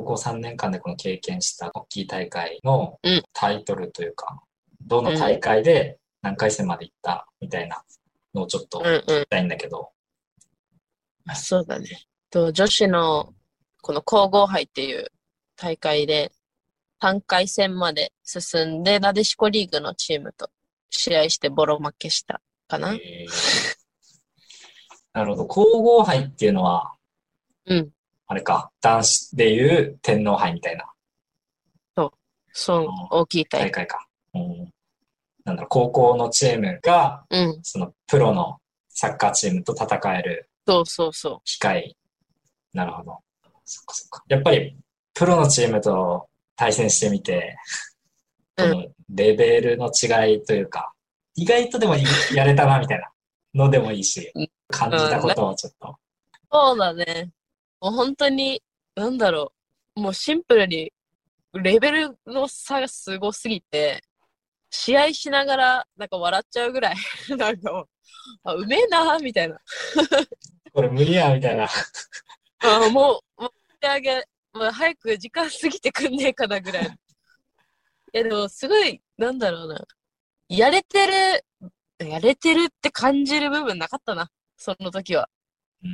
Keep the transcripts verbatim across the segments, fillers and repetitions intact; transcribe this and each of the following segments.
校さんねんかんでこの経験した大きい大会のうんタイトルというか、どの大会で何回戦まで行ったみたいなのをちょっとうんうん。 聞きたいんだけど。 あ、そうだね。と、女子のこの皇后杯っていう大会でさんかい戦まで進んで、なでしこリーグのチームと試合してボロ負けしたかな。 えー、なるほど。皇后杯っていうのは、 うん。 あれか、男子でいう天皇杯みたいなそう。そう、大きい大会。 大会か。うん、なんだろう、高校のチームが、 うん。 そのプロのサッカーチームと戦えるそうそうそ機会。なるほど。そっかそっか。やっぱり、プロのチームと対戦してみて、 う。うん。 このレベルの違いというか、意外とでもやれたな、みたいなのでもいいし、感じたうん、 ことをちょっと。 そうだね。もう本当に、なんだろう。もうシンプルに、レベルの差がすごすぎて、試合しながら、なんか笑っちゃうぐらい、なんかもう、あ、うめえな、みたいな。 これ無理や、みたいな。 あ、もう、もう、仕上げ、もう早く時間過ぎてくんねえかなぐらい。いや、でも、すごい、なんだろうな。やれてる、やれてるって感じる部分なかったな。その時は。 うん、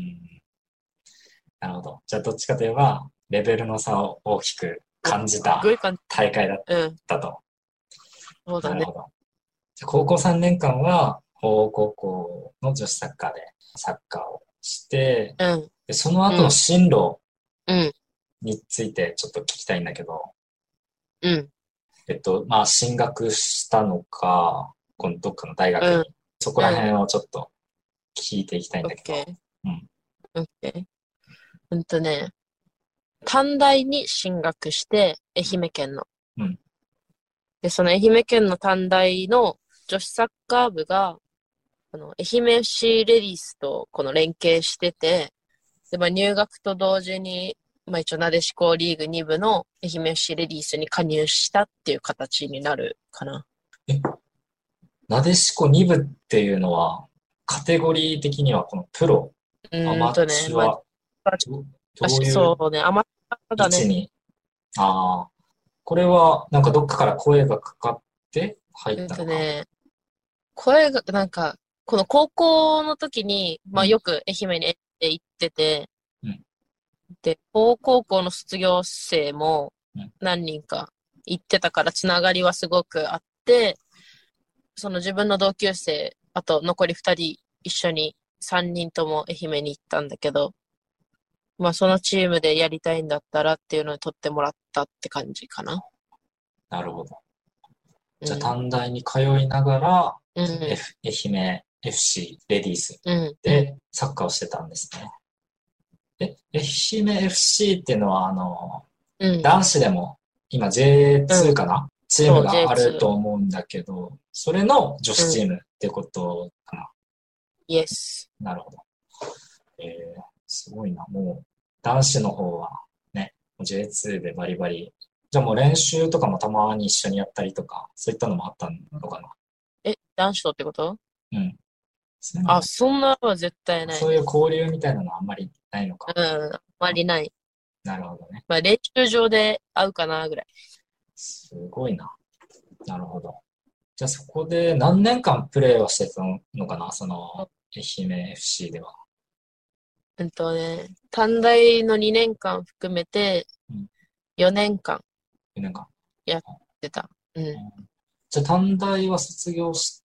なるほど。じゃあ、どっちかといえば、レベルの差を大きくもう感じたすごい感じ。 大会だっうん。 たと。 そうだね。 なるほど。じゃあ高校さんねんかんは、法皇高校の女子サッカーでサッカーをして、 うん。 でその後のうん。 進路うん。 についてちょっと聞きたいんだけど、 うん。 えっと、まあ、進学したのか、このどっかの大学うん。 に、そこらうん。 辺をちょっと聞いていきたいんオッだけど、 ケー。 うん、 オッケー。うんとね、短大に進学して、愛媛県の。 うん、 で、その愛媛県の短大の女子サッカー部が、あの、愛媛 エフシー レディースとこの連携してて、で、まあ入学と同時に、まあ一応なでしこリーグに部の愛媛 エフシー レディースに加入したっていう形になるかな。 え、なでしこに部っていうのは、カテゴリー的にはこのプロ、 うアマーんとね、まあ、 チュア、どどういうそうね、あまただね。 位置に、ああ、これはなんかどっかから声がかかって入っうんたのか。 とね、声が、なんか、この高校の時に、まあうん、 よく愛媛に行ってて、 うん、 で、高高校の卒業生もうん。 何人か行ってたからつながりはすごくあって、その自分の同級生、あと残りふたり一緒にさんにんとも愛媛に行ったんだけど、まあそのチームでやりたいんだったらっていうのを取ってもらったって感じかな。 なるほど。じゃあうん。 短大に通いながら、 うん。 F、愛媛 エフシー レディースうん。 でサッカーをしてたんですね。え、愛媛 エフシー っていうのは、あの、 うん。 男子でも今 ジェイツーうん。 かなチームそう、 があるジェイツー。 と思うんだけど、それの女うん。 子チームってことかな。 イエス。 なるほど。えー、すごいな。もう、男子の方はね、ジェイツー でバリバリ。じゃあもう練習とかもたまに一緒にやったりとか、そういったのもあったのかな。 え、男子とってこと？ うん。そういうのあ、 も、 そんなのは絶対ないね。 そういう交流みたいなのはあんまりないのか。 うん。あんまりない。 なるほどね。 まあ練習場で会うかなぐらい。 すごいな。なるほど。じゃあそこで何年間プレーをしてたのかなその、愛媛 エフシー では。 うんとね、短大のにねんかん含めてうん。 よねんかんよねんかん。 やってた。うん。 じゃあ短大は卒業して、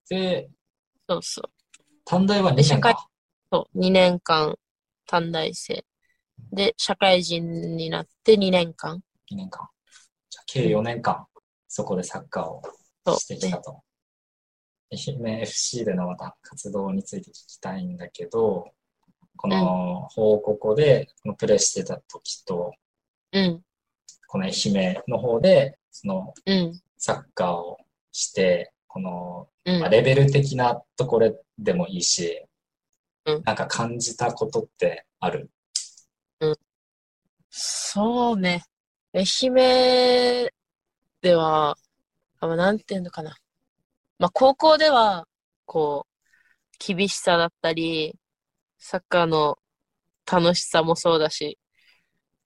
そうそう。 短大はで、社 2年会、 か。 そう、にねんかん短大生。で、社会人になってにねんかん。 にねんかん。じゃあ計うん。 よねんかん、そこでサッカーをしてそうね。 きたと。愛媛 エフシー でのまた活動について聞きたいんだけど、こうん。 の、報告でこのプレーしてた時と、 うん。 この愛媛の方で、その、 うん。 サッカーをして、この、まあ、 うん。 レベル的なところでもいいし、 うん。 なんか感じたことってある？ うん。そうね。愛媛では、あなんていうのかな。まあ、高校では、こう、厳しさだったり、サッカーの楽しさもそうだし、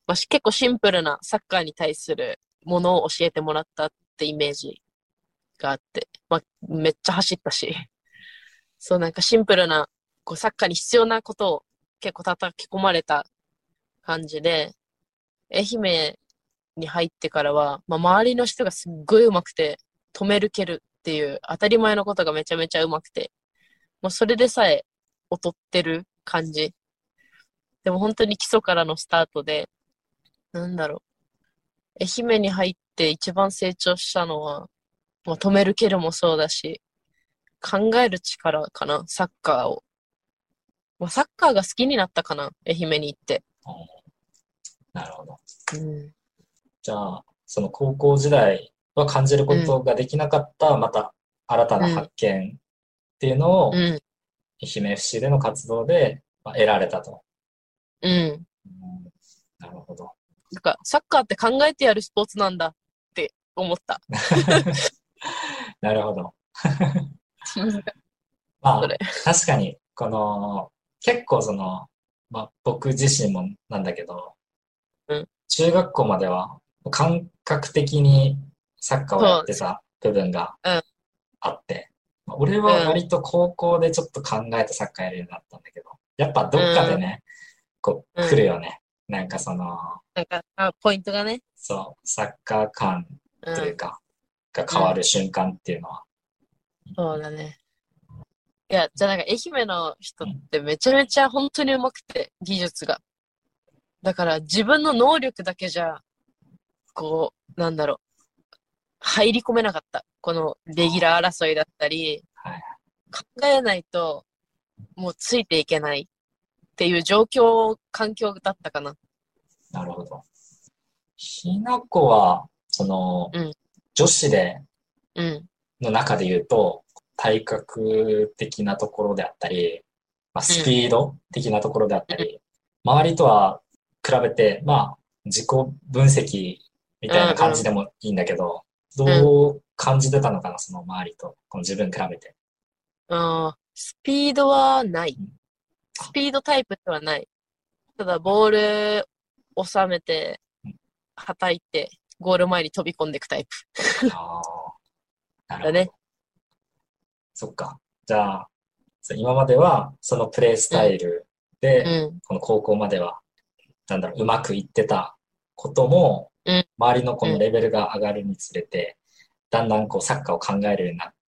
まあ、し結構シンプルなサッカーに対するものを教えてもらったってイメージがあって、まあ、めっちゃ走ったし、そうなんかシンプルな、こうサッカーに必要なことを結構叩き込まれた感じで、愛媛に入ってからは、まあ、周りの人がすっごい上手くて、止める蹴るっていう当たり前のことがめちゃめちゃ上手くて、もうそれでさえ劣ってる感じ。でも本当に基礎からのスタートで、なんだろう。愛媛に入って一番成長したのは、まあ、止める蹴るもそうだし、考える力かな、サッカーを。まあ、サッカーが好きになったかな、愛媛に行って。 なるほど。 うん。 じゃあ、その高校時代は感じるこうん。 とができなかった、また新たなうん。 発見っていうのを、 うん。 愛媛 エフシー での活動で、まあ、得られたと。 うん。 うん、なるほど。 なんか、サッカーって考えてやるスポーツなんだって思った。 なるほど。 難しい、そまあ、 れ。 確かに、この、結構その、まあ、僕自身もなんだけど、 うん。 中学校までは感覚的にサッカーをやっそう、そてた部分がう。うん。 あって、まあ俺うはん。 割と高校でちょっと考えてサッカーやるようになったんだけど、やっぱうどっかでん。 ね、こううん。 来るよね。なんかその、 なんか、あ、ポイントがね。 そう、サッカー感うん。 というか、がうん。 変わる瞬間っていうのは。 そうだね。いや、じゃあなんか愛媛の人っうん、 てめちゃめちゃ本当に上手くて、技術が。だから自分の能力だけじゃ、こう、なんだろう、入り込めなかった。このレギュラー争いだったり、 はい、 考えないともうついていけないっていう状況、環境だったかな。 なるほど。ひなこは、その、 うん、 女子で、 うん、 の中で言うと、体格的なところであったり、まあ、スうん、 ピード的なところであったうん、 り、周りとは比べて、まあ、自己分析みうん、 たいな感じうん。 でもいいんだけど、 うん。 どう感じてたのかな、その周りと、この自分比べて。 あー、スピードはない。 うん、 スピードタイプではない。ただ、ボール収めて、はたいて、ゴール前に飛び込んでいくタイプ。 ああ、なるだね。 ほど。そっか。じゃあ、今までは、そのプレイスうん、 タイルで、 うん、 この高校までは、なんだろう、うまくいってたことも、 うん、 周りのこうん、 のレベルが上がるにつれて、だんだんこうサッカーを考えるようになって、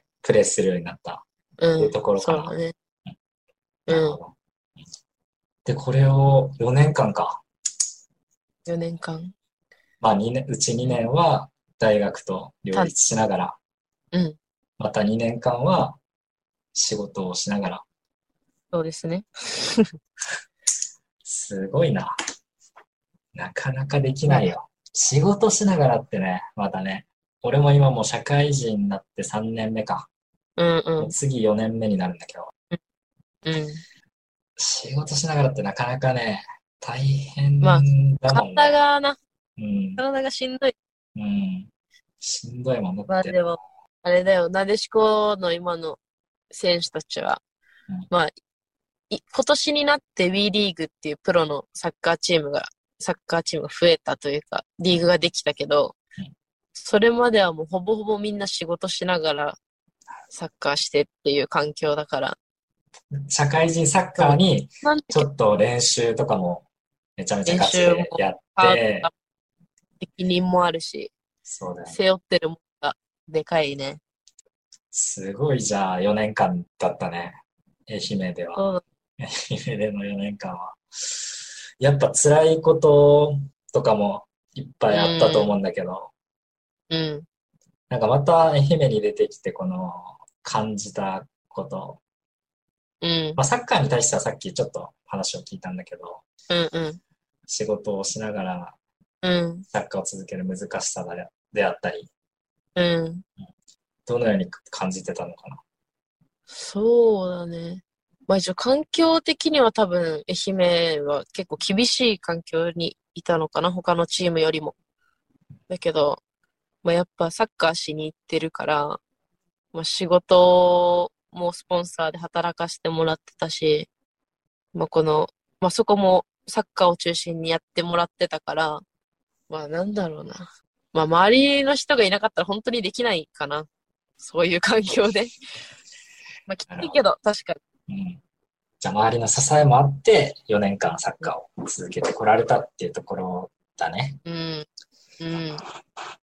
プレーするようになったっていううん。 ところかな。 そうだね。うん。 なるほど。で、これをよねんかんかんか。 よねんかん。 まあにねん、うち2 うん。 年は大学と両たん、 立しながら、 うん。 またにねんかんは仕事をしながら。 そうですね。 すごいな。なかなかできまあ、 ないよ。仕事しながらってね、またね。俺も今もう社会人になってさんねんめか。 うん、うん、 もう次よねんめになるんだけど、 うん。 仕事しながらってなかなかね、大まあ、 変だもんね。 体がな、 うん。 体がしんどい。 うん。しんどいもんだってな。 まあでも、あれだよ、なでしこの今の選手たちは、 うん。 まあ、い今年になって WE リーグっていうプロのサッカーチームが、サッカーチームが増えたというか、リーグができたけど、 うん、 それまではもうほぼほぼみんな仕事しながらサッカーしてっていう環境だから、 社会人サッでも、 カーになんだけど、 ちょっと練習とかもめちゃめちゃガチ練習も、 でやっハードて、 さ、責任もあるし、 そうだよね。 背負ってるものがでかいね。 すごいじゃあよねんかんだったね。愛媛では。 そう、 愛媛でのよねんかんは。やっぱ辛いこととかもいっぱういあったとん、 思うんだけど、 うん、 なんかまた愛媛に出てきてこの感じたこと、 うん、 まあ、サッカーに対してはさっきちょっと話を聞いたんだけど、 うん、うん、 仕事をしながらうん、 サッカーを続ける難しさであったり、 うん。 どのように感じてたのかな。 そうだね。まあ一応環境的には多分愛媛は結構厳しい環境にいたのかな、他のチームよりも。だけど、まあやっぱサッカーしに行ってるから、まあ仕事もスポンサーで働かせてもらってたし、まあこの、まあそこもサッカーを中心にやってもらってたから、まあなんだろうな。まあ周りの人がいなかったら本当にできないかな。そういう環境で。まあきついけど、確かうん。じゃあ周りの支えもあって、よねんかんサッカーを続けてこられたっていうところだね。 に。うん。うん。